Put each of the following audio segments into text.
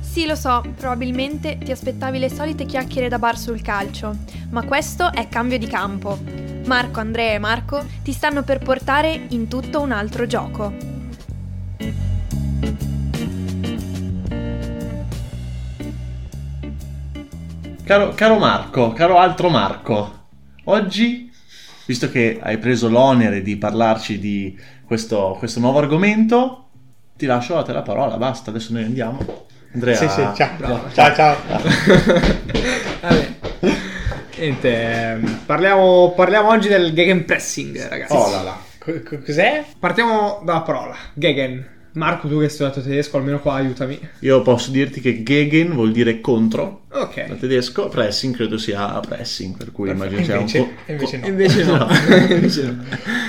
Sì, lo so, probabilmente ti aspettavi le solite chiacchiere da bar sul calcio, ma questo è cambio di campo. Marco, Andrea e Marco ti stanno per portare in tutto un altro gioco. Caro Marco, caro altro Marco, oggi, visto che hai preso l'onere di parlarci di questo nuovo argomento, ti lascio a te la parola, basta, adesso noi andiamo. Andrea. Sì, ciao. Vabbè. Niente, parliamo oggi del Gegenpressing, ragazzi. Oh là là. Cos'è? Partiamo dalla parola, Gegen. Marco, tu che hai studiato tedesco, almeno qua aiutami. Io posso dirti che Gegen vuol dire contro, Ok. da tedesco, pressing credo sia pressing, per cui immagino sia un po'... Invece no. Invece no. Invece no.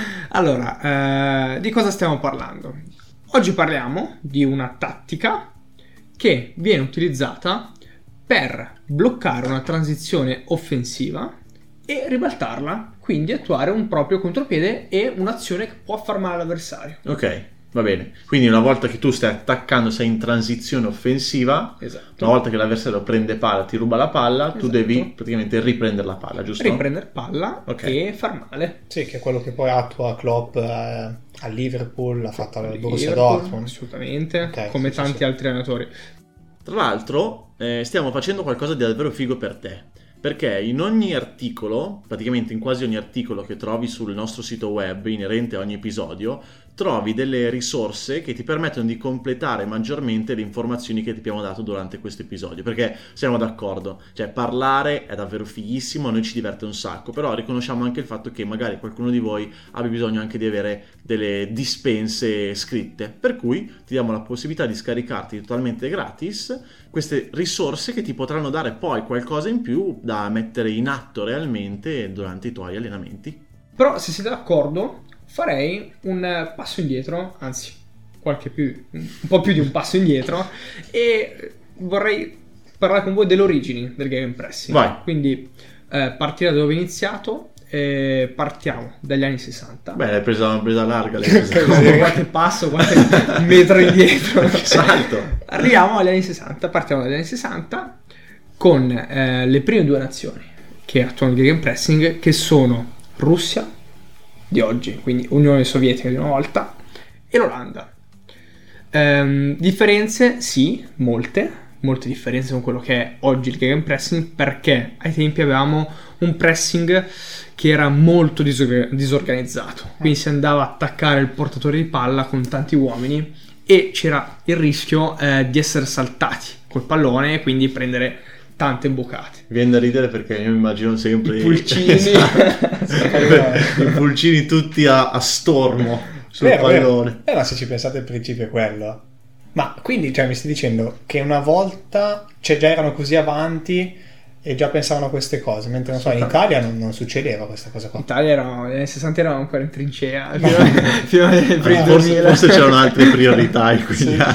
Allora, di cosa stiamo parlando? Oggi parliamo di una tattica che viene utilizzata per bloccare una transizione offensiva e ribaltarla, quindi attuare un proprio contropiede e un'azione che può far male all'avversario. Ok, va bene. Quindi una volta che tu stai attaccando, sei in transizione offensiva, Esatto. una volta che l'avversario prende palla, ti ruba la palla, tu Esatto. devi praticamente riprendere la palla, giusto? Riprendere palla Ok. e far male. Sì, che è quello che poi attua Klopp a Liverpool, l'ha fatta al Borussia Liverpool, Dortmund. Assolutamente, Ok, come sì, tanti sì. altri allenatori. Tra l'altro stiamo facendo qualcosa di davvero figo per te, perché in ogni articolo, praticamente in quasi ogni articolo che trovi sul nostro sito web inerente a ogni episodio, trovi delle risorse che ti permettono di completare maggiormente le informazioni che ti abbiamo dato durante questo episodio, perché siamo d'accordo, cioè parlare è davvero fighissimo, a noi ci diverte un sacco, però riconosciamo anche il fatto che magari qualcuno di voi abbia bisogno anche di avere delle dispense scritte, per cui ti diamo la possibilità di scaricarti totalmente gratis queste risorse che ti potranno dare poi qualcosa in più da mettere in atto realmente durante i tuoi allenamenti. Però se siete d'accordo farei un passo indietro, anzi un po' più di un passo indietro, e vorrei parlare con voi delle origini del Gegenpressing. Vai. Quindi partire da dove è iniziato. Partiamo dagli anni 60. Beh, l'hai presa larga, Qualche passo, qualche metro indietro. Salto. Arriviamo agli anni 60. Partiamo dagli anni 60 con le prime due nazioni che attuano il Gegenpressing, che sono Russia di oggi, quindi Unione Sovietica di una volta, e l'Olanda. Differenze? Sì, molte differenze con quello che è oggi il Gegenpressing, perché ai tempi avevamo un pressing che era molto disorganizzato, quindi si andava a attaccare il portatore di palla con tanti uomini e c'era il rischio di essere saltati col pallone e quindi prendere tante bucate. Viene da ridere perché io mi immagino sempre I pulcini. I pulcini tutti a stormo sul pallone. Ma se ci pensate il principio è quello. Ma quindi, cioè, mi stai dicendo che una volta, cioè, già erano così avanti e già pensavano a queste cose, mentre non so, in Italia non succedeva questa cosa qua. In Italia negli anni 60 eravamo ancora in trincea fino ai primi 2000. Forse c'erano altre priorità in quegli anni.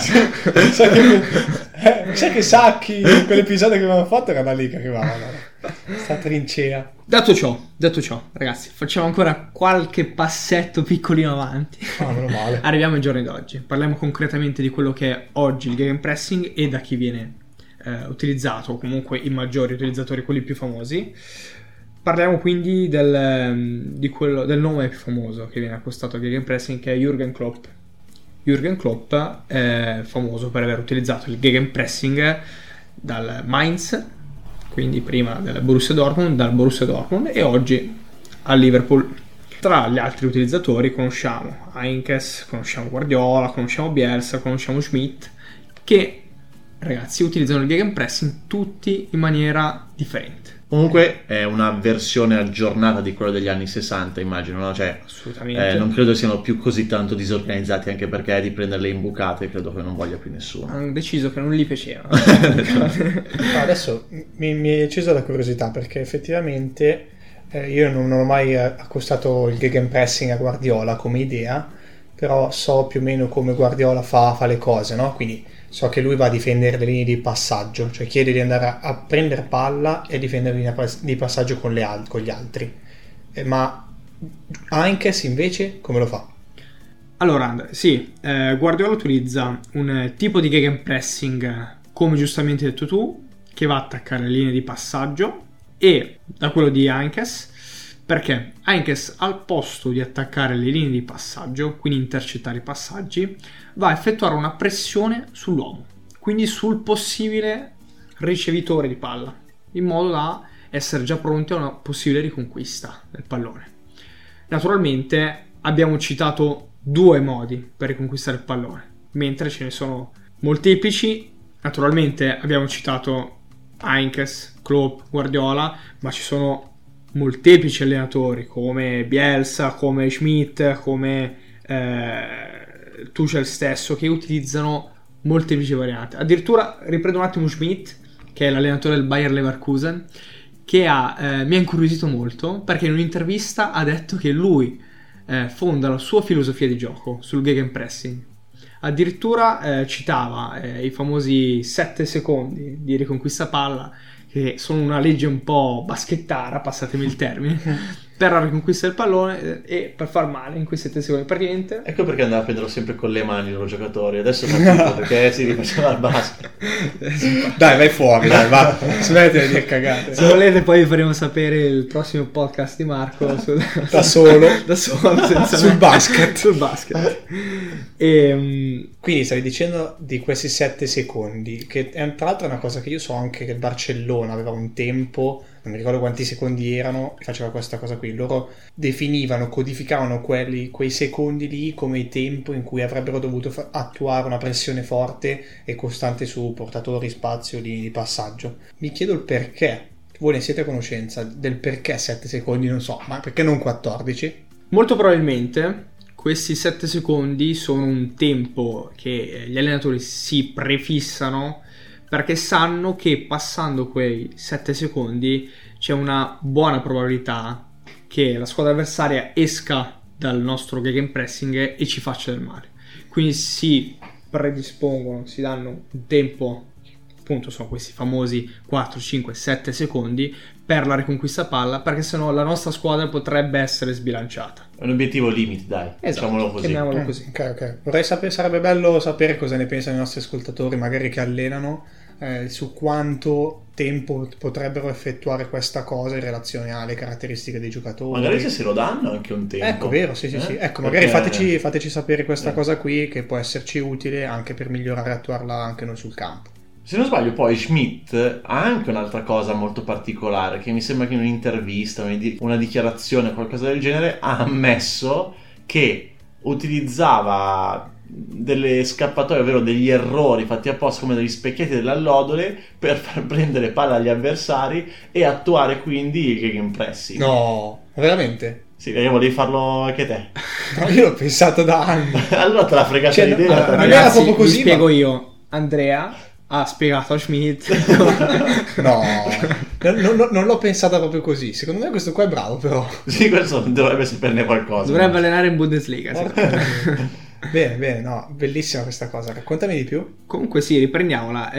Sai che Sacchi, quell'episodio che avevamo fatto era da lì che arrivavano. Sta trincea. Detto ciò, ragazzi, facciamo ancora qualche passetto piccolino avanti. Meno male. Arriviamo ai giorni d'oggi. Parliamo concretamente di quello che è oggi il Gegenpressing e da chi viene utilizzato, o comunque i maggiori utilizzatori, quelli più famosi. Parliamo quindi del nome più famoso che viene accostato al Gegenpressing, che è Jürgen Klopp. Jürgen Klopp è famoso per aver utilizzato il Gegenpressing dal Mainz, quindi prima dal Borussia Dortmund e oggi al Liverpool. Tra gli altri utilizzatori conosciamo Heinkes, conosciamo Guardiola, conosciamo Bielsa, conosciamo Schmidt, che ragazzi utilizzano il Gegenpressing tutti in maniera differente. Comunque è una versione aggiornata di quello degli anni 60, immagino, no? Cioè, Assolutamente. non credo siano più così tanto disorganizzati, anche perché di prenderle in bucate credo che non voglia più nessuno. Hanno deciso che non gli piaceva. Adesso mi è accesa la curiosità, perché effettivamente io non ho mai accostato il Gegenpressing a Guardiola come idea, però so più o meno come Guardiola fa le cose, no? Quindi so che lui va a difendere le linee di passaggio, cioè chiede di andare a prendere palla e difendere le linee di passaggio con gli altri. Ma Heinkes invece come lo fa? Allora, sì, Guardiola utilizza un tipo di Gegenpressing come giustamente hai detto tu, che va a attaccare le linee di passaggio, e da quello di Heinkes, perché Heinkes al posto di attaccare le linee di passaggio, quindi intercettare i passaggi, va a effettuare una pressione sull'uomo, quindi sul possibile ricevitore di palla, in modo da essere già pronti a una possibile riconquista del pallone. Naturalmente abbiamo citato 2 modi per riconquistare il pallone, mentre ce ne sono molteplici. Naturalmente abbiamo citato Heinkes, Klopp, Guardiola, ma ci sono molteplici allenatori come Bielsa, come Schmidt, come Tuchel stesso, che utilizzano molteplici varianti. Addirittura riprendo un attimo Schmidt, che è l'allenatore del Bayer Leverkusen, che mi ha incuriosito molto, perché in un'intervista ha detto che lui fonda la sua filosofia di gioco sul gegenpressing. Addirittura citava i famosi 7 secondi di riconquista palla, che sono una legge un po' baschettara, passatemi il termine, per la riconquista del pallone e per far male in quei 7 secondi praticamente. Ecco perché andava a prenderlo sempre con le mani i loro giocatori. Adesso capito perché si rifaceva al basket. Dai, vai fuori, dai, va. Smettila di dire cagate. Se volete poi vi faremo sapere il prossimo podcast di Marco da solo senza sul basket. Sul basket. Quindi stavi dicendo di questi 7 secondi, che tra l'altro è una cosa che io so anche che il Barcellona aveva un tempo, non mi ricordo quanti secondi erano, e faceva questa cosa qui. Loro definivano, codificavano quei secondi lì come il tempo in cui avrebbero dovuto attuare una pressione forte e costante su portatori, spazio, linee di passaggio. Mi chiedo il perché. Voi ne siete a conoscenza del perché 7 secondi? Non so, ma perché non 14? Molto probabilmente questi 7 secondi sono un tempo che gli allenatori si prefissano, perché sanno che passando quei 7 secondi c'è una buona probabilità che la squadra avversaria esca dal nostro gegenpressing e ci faccia del male. Quindi si predispongono, si danno un tempo, appunto sono questi famosi 4, 5, 7 secondi per la riconquista palla, perché sennò la nostra squadra potrebbe essere sbilanciata. È un obiettivo limite, dai, esatto, diciamolo così. Chiamiamolo così. Ok. Vorrei sapere, sarebbe bello sapere cosa ne pensano i nostri ascoltatori, magari che allenano, su quanto tempo potrebbero effettuare questa cosa in relazione alle caratteristiche dei giocatori. Magari se lo danno anche un tempo. Ecco, vero, sì. Ecco, magari fateci sapere questa cosa qui, che può esserci utile anche per migliorare e attuarla anche noi sul campo. Se non sbaglio, poi Schmidt ha anche un'altra cosa molto particolare, che mi sembra che in un'intervista, una dichiarazione, qualcosa del genere, ha ammesso che utilizzava delle scappatoie, ovvero degli errori fatti apposta come degli specchietti dell'allodole per far prendere palla agli avversari e attuare quindi il gegenpressing. No, veramente? Sì, perché volevi farlo anche te. No, io l'ho pensato da anni. Allora te l'ha fregata l'idea. Non era proprio così, vi spiego io. Andrea ha spiegato a Schmidt. No, non l'ho pensata proprio così. Secondo me questo qua è bravo, però. Sì, questo dovrebbe saperne qualcosa. Dovrebbe allenare in Bundesliga. Bene, no, bellissima questa cosa. Raccontami di più. Comunque sì, riprendiamola.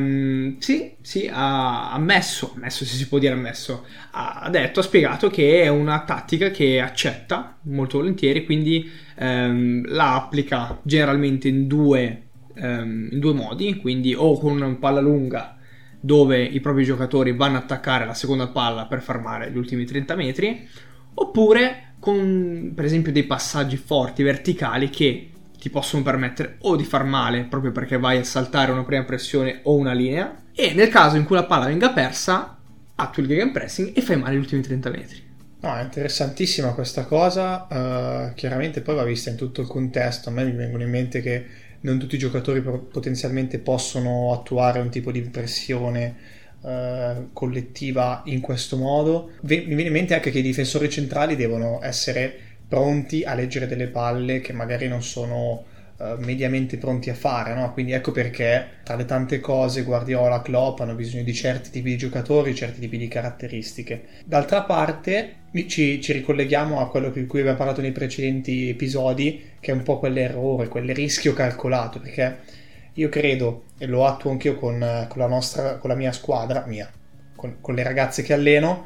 Sì, ha ammesso, se si può dire ammesso, ha spiegato che è una tattica che accetta molto volentieri, quindi la applica generalmente in due modi, quindi o con una palla lunga dove i propri giocatori vanno ad attaccare la seconda palla per fermare gli ultimi 30 metri, oppure con per esempio dei passaggi forti verticali che ti possono permettere o di far male proprio perché vai a saltare una prima pressione o una linea, e nel caso in cui la palla venga persa attui il gegenpressing e fai male gli ultimi 30 metri. No, è interessantissima questa cosa. Chiaramente poi va vista in tutto il contesto. A me mi vengono in mente che non tutti i giocatori potenzialmente possono attuare un tipo di pressione collettiva in questo modo. Mi viene in mente anche che i difensori centrali devono essere pronti a leggere delle palle che magari non sono mediamente pronti a fare, no? Quindi ecco perché tra le tante cose Guardiola, Klopp hanno bisogno di certi tipi di giocatori, certi tipi di caratteristiche. D'altra parte ci ricolleghiamo a quello di cui abbiamo parlato nei precedenti episodi, che è un po' quell'errore, quel rischio calcolato, perché io credo, e lo attuo anch'io con la mia squadra, con le ragazze che alleno,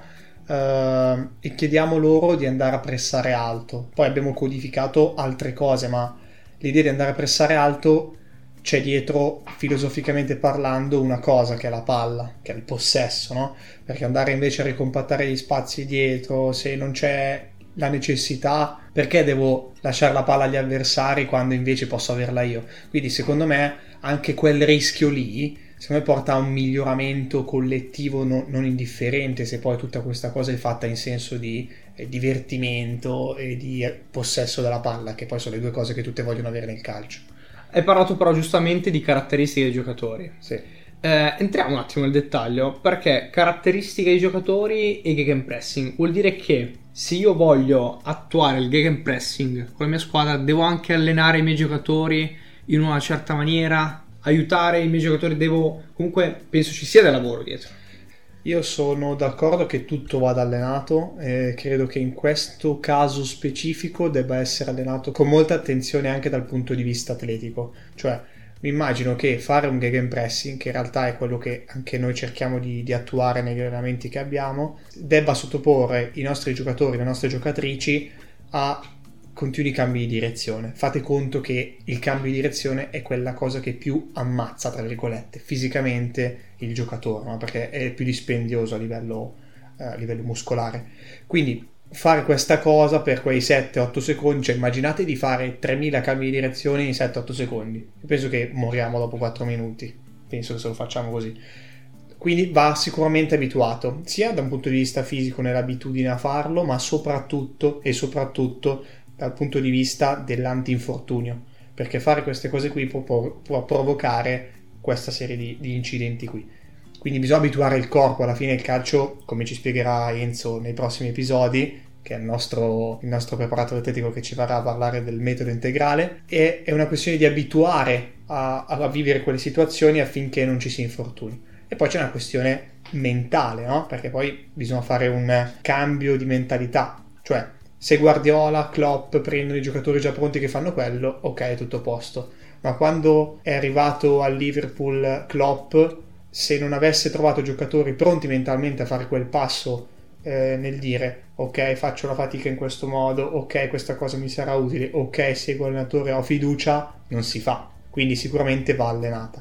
e chiediamo loro di andare a pressare alto. Poi abbiamo codificato altre cose, ma l'idea di andare a pressare alto c'è dietro, filosoficamente parlando, una cosa che è la palla, che è il possesso, no? Perché andare invece a ricompattare gli spazi dietro, se non c'è la necessità, perché devo lasciare la palla agli avversari quando invece posso averla io? Quindi secondo me anche quel rischio lì, secondo me, porta a un miglioramento collettivo non indifferente, se poi tutta questa cosa è fatta in senso di divertimento e di possesso della palla, che poi sono le due cose che tutte vogliono avere nel calcio. Hai parlato però giustamente di caratteristiche dei giocatori. Sì. Entriamo un attimo nel dettaglio, perché caratteristiche dei giocatori e gegenpressing vuol dire che se io voglio attuare il gegenpressing con la mia squadra devo anche allenare i miei giocatori in una certa maniera, aiutare i miei giocatori, comunque penso ci sia del lavoro dietro. Io sono d'accordo che tutto vada allenato, credo che in questo caso specifico debba essere allenato con molta attenzione anche dal punto di vista atletico, cioè mi immagino che fare un gegenpressing, che in realtà è quello che anche noi cerchiamo di attuare negli allenamenti che abbiamo, debba sottoporre i nostri giocatori, le nostre giocatrici a continui cambi di direzione. Fate conto che il cambio di direzione è quella cosa che più ammazza, tra virgolette, fisicamente il giocatore, no? Perché è più dispendioso a livello muscolare. Quindi fare questa cosa per quei 7-8 secondi, cioè immaginate di fare 3000 cambi di direzione in 7-8 secondi. Io penso che moriamo dopo 4 minuti, penso che se lo facciamo così. Quindi va sicuramente abituato, sia da un punto di vista fisico nell'abitudine a farlo, ma soprattutto dal punto di vista dell'antinfortunio, perché fare queste cose qui può provocare questa serie di incidenti qui. Quindi bisogna abituare il corpo. Alla fine il calcio, come ci spiegherà Enzo nei prossimi episodi, che è il nostro preparatore atletico che ci farà parlare del metodo integrale, è una questione di abituare a vivere quelle situazioni affinché non ci si infortuni. E poi c'è una questione mentale, no? Perché poi bisogna fare un cambio di mentalità, cioè se Guardiola, Klopp prendono i giocatori già pronti che fanno quello, ok, è tutto a posto. Ma quando è arrivato al Liverpool Klopp, se non avesse trovato giocatori pronti mentalmente a fare quel passo nel dire ok, faccio la fatica in questo modo, ok, questa cosa mi sarà utile, ok, seguo l'allenatore, ho fiducia, non si fa. Quindi sicuramente va allenata.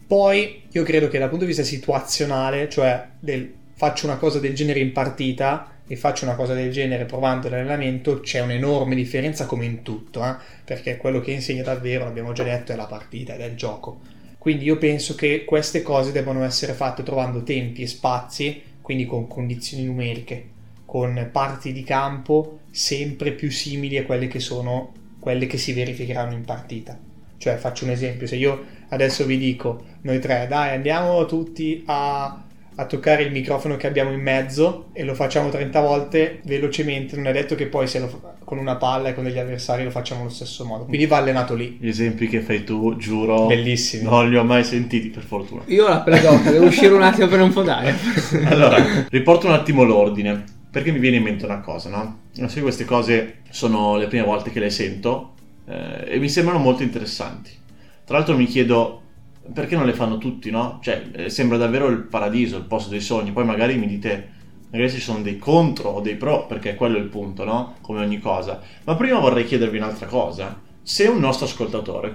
Poi io credo che dal punto di vista situazionale, cioè faccio una cosa del genere in partita e faccio una cosa del genere provando l'allenamento, c'è un'enorme differenza come in tutto, perché quello che insegna davvero, l'abbiamo già detto, è la partita ed è il gioco. Quindi io penso che queste cose debbano essere fatte trovando tempi e spazi, quindi con condizioni numeriche, con parti di campo sempre più simili a quelle che sono quelle che si verificheranno in partita. Cioè, faccio un esempio, se io adesso vi dico, noi tre, dai, andiamo tutti a toccare il microfono che abbiamo in mezzo e lo facciamo 30 volte velocemente, non è detto che poi con una palla e con degli avversari lo facciamo allo stesso modo, quindi va allenato lì. Gli esempi che fai tu, giuro, bellissimi, non li ho mai sentiti, per fortuna. Io la pelle d'oca, devo uscire un attimo per non fodare. Allora, riporto un attimo l'ordine, perché mi viene in mente una cosa, no? Se queste cose sono le prime volte che le sento e mi sembrano molto interessanti. Tra l'altro mi chiedo perché non le fanno tutti, no? Cioè, sembra davvero il paradiso, il posto dei sogni. Poi magari mi dite, magari ci sono dei contro o dei pro, perché quello è il punto, no? Come ogni cosa. Ma prima vorrei chiedervi un'altra cosa. Se un nostro ascoltatore,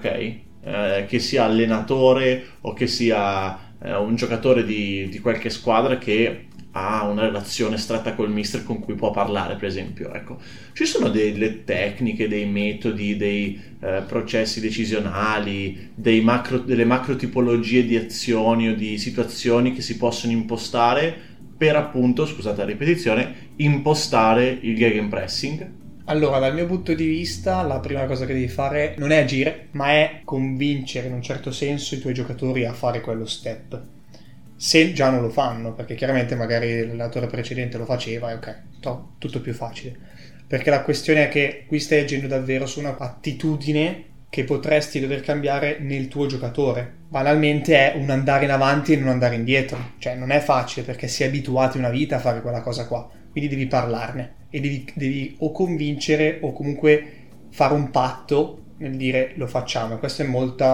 ok? Che sia allenatore o che sia un giocatore di qualche squadra che ha una relazione stretta col mister con cui può parlare, per esempio, ecco, ci sono delle tecniche, dei metodi, dei processi decisionali, delle macro tipologie di azioni o di situazioni che si possono impostare per, appunto, scusate la ripetizione, impostare il gegenpressing? Allora, dal mio punto di vista, la prima cosa che devi fare non è agire, ma è convincere in un certo senso i tuoi giocatori a fare quello step. Se già non lo fanno, perché chiaramente magari l'allenatore precedente lo faceva e ok, tutto più facile. Perché la questione è che qui stai agendo davvero su una attitudine che potresti dover cambiare nel tuo giocatore. Banalmente è un andare in avanti e non andare indietro. Cioè non è facile perché si è abituati una vita a fare quella cosa qua. Quindi devi parlarne e devi o convincere o comunque fare un patto nel dire lo facciamo. E questo è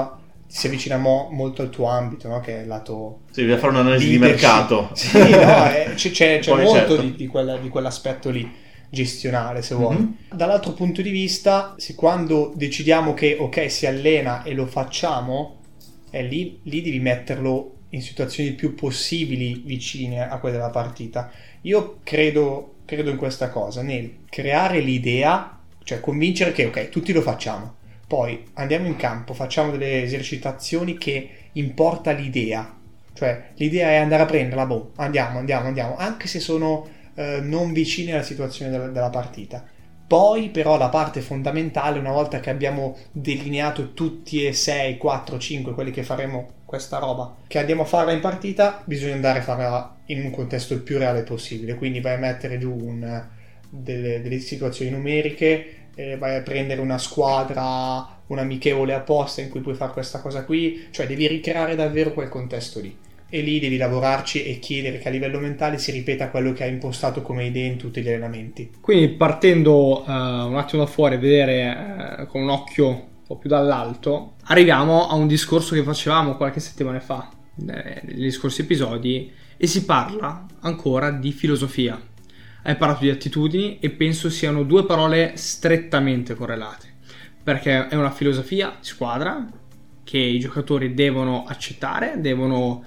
si avvicina molto al tuo ambito, no? Che è il lato... Sì, devi fare un'analisi di mercato. Sì, no, c'è molto certo. di quell'aspetto lì, gestionale, se vuoi. Dall'altro punto di vista, se quando decidiamo che ok, si allena e lo facciamo, lì devi metterlo in situazioni più possibili vicine a quelle della partita. Io credo in questa cosa, nel creare l'idea, cioè convincere che ok, tutti lo facciamo, poi andiamo in campo, facciamo delle esercitazioni che importa l'idea, cioè l'idea è andare a prenderla, andiamo, anche se sono non vicine alla situazione della partita. Poi però la parte fondamentale, una volta che abbiamo delineato tutti e 6, 4, 5 quelli che faremo questa roba, che andiamo a farla in partita, bisogna andare a farla in un contesto il più reale possibile. Quindi vai a mettere giù delle situazioni numeriche, vai a prendere una squadra, un amichevole apposta in cui puoi fare questa cosa qui, cioè devi ricreare davvero quel contesto lì. E lì devi lavorarci e chiedere che a livello mentale si ripeta quello che hai impostato come idee in tutti gli allenamenti. Quindi partendo un attimo da fuori, vedere con un occhio un po' più dall'alto, arriviamo a un discorso che facevamo qualche settimana fa negli scorsi episodi, e si parla ancora di filosofia. Hai parlato di attitudini e penso siano due parole strettamente correlate, perché è una filosofia di squadra che i giocatori devono accettare, devono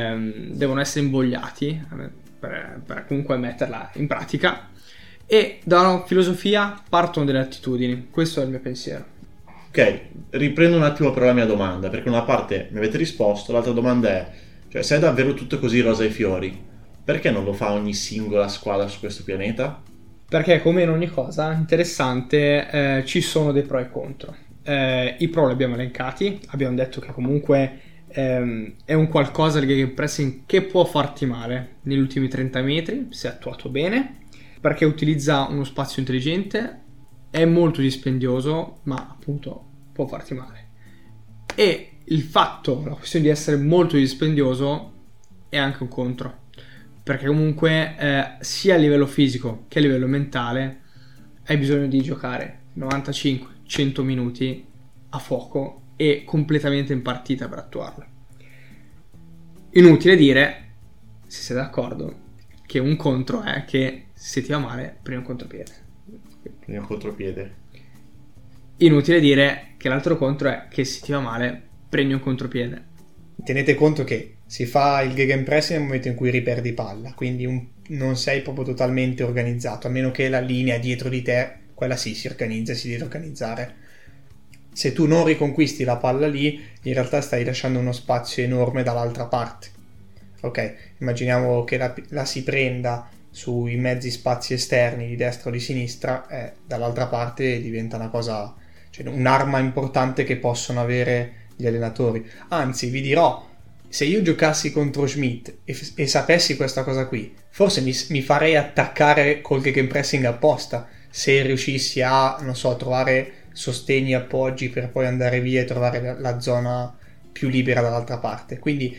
essere invogliati per comunque metterla in pratica, e da una filosofia partono delle attitudini. Questo è il mio pensiero. Ok, riprendo un attimo però la mia domanda, perché una parte mi avete risposto, l'altra domanda è, cioè, se è davvero tutto così rosa e fiori, perché non lo fa ogni singola squadra su questo pianeta? Perché come in ogni cosa interessante ci sono dei pro e contro. I pro li abbiamo elencati, abbiamo detto che comunque è un qualcosa, il gegenpressing, che può farti male negli ultimi 30 metri se attuato bene, perché utilizza uno spazio intelligente, è molto dispendioso, ma appunto può farti male. E la questione di essere molto dispendioso è anche un contro, perché comunque sia a livello fisico che a livello mentale hai bisogno di giocare 95-100 minuti a fuoco e completamente in partita per attuarlo. Inutile dire, se siete d'accordo, che un contro è che se ti va male prendi un contropiede. Inutile dire che l'altro contro è che se ti va male prendi un contropiede. Tenete conto che si fa il gegenpressing nel momento in cui riperdi palla, quindi non sei proprio totalmente organizzato, a meno che la linea dietro di te, quella si organizza, si deve organizzare. Se tu non riconquisti la palla lì, in realtà stai lasciando uno spazio enorme dall'altra parte. Ok, immaginiamo che la si prenda sui mezzi spazi esterni di destra o di sinistra, dall'altra parte diventa una cosa, cioè un'arma importante che possono avere gli allenatori. Anzi, vi dirò, se io giocassi contro Schmidt e sapessi questa cosa qui, forse mi farei attaccare col gegenpressing apposta, se riuscissi a, non so, trovare sostegni e appoggi per poi andare via e trovare la zona più libera dall'altra parte. Quindi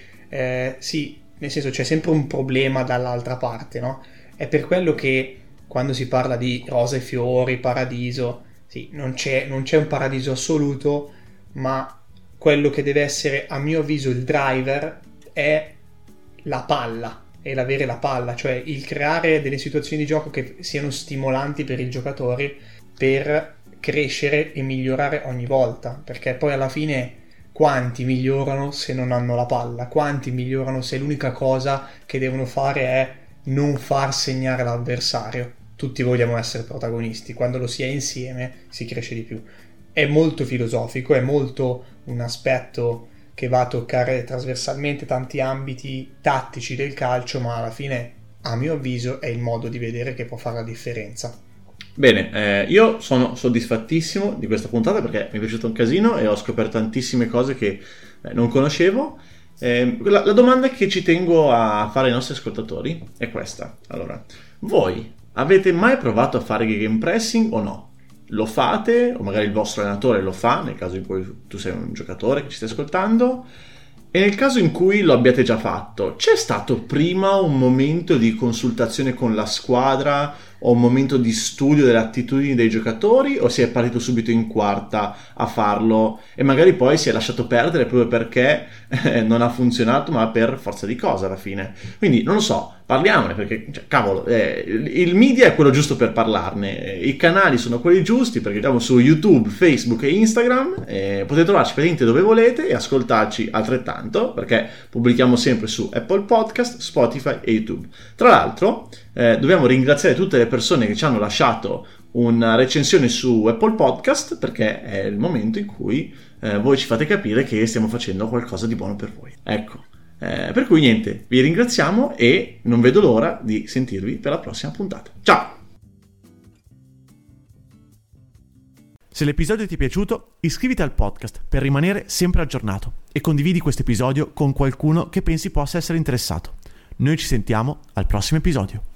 sì, nel senso c'è sempre un problema dall'altra parte, no? È per quello che quando si parla di rose e fiori, paradiso, sì, non c'è un paradiso assoluto, ma quello che deve essere, a mio avviso, il driver è la palla, è l'avere la palla, cioè il creare delle situazioni di gioco che siano stimolanti per i giocatori per crescere e migliorare ogni volta, perché poi alla fine quanti migliorano se non hanno la palla? Quanti migliorano se l'unica cosa che devono fare è non far segnare l'avversario? Tutti vogliamo essere protagonisti, quando lo si è insieme si cresce di più. È molto filosofico, è molto un aspetto che va a toccare trasversalmente tanti ambiti tattici del calcio, ma alla fine, a mio avviso, è il modo di vedere che può fare la differenza. Bene, io sono soddisfattissimo di questa puntata perché mi è piaciuto un casino e ho scoperto tantissime cose che non conoscevo. La domanda che ci tengo a fare ai nostri ascoltatori è questa. Allora, voi avete mai provato a fare gegenpressing o no? Lo fate, o magari il vostro allenatore lo fa, nel caso in cui tu sei un giocatore che ci stai ascoltando, e nel caso in cui lo abbiate già fatto, c'è stato prima un momento di consultazione con la squadra o un momento di studio delle attitudini dei giocatori, o si è partito subito in quarta a farlo e magari poi si è lasciato perdere proprio perché non ha funzionato, ma per forza di cosa alla fine? Quindi non lo so, parliamone, perché cioè, cavolo, il media è quello giusto per parlarne, i canali sono quelli giusti, perché siamo su YouTube, Facebook e Instagram, potete trovarci praticamente dove volete e ascoltarci altrettanto, perché pubblichiamo sempre su Apple Podcast, Spotify e YouTube. Tra l'altro dobbiamo ringraziare tutte le persone che ci hanno lasciato una recensione su Apple Podcast, perché è il momento in cui voi ci fate capire che stiamo facendo qualcosa di buono per voi. Ecco. Per cui niente, vi ringraziamo e non vedo l'ora di sentirvi per la prossima puntata. Ciao! Se l'episodio ti è piaciuto, iscriviti al podcast per rimanere sempre aggiornato e condividi questo episodio con qualcuno che pensi possa essere interessato. Noi ci sentiamo al prossimo episodio.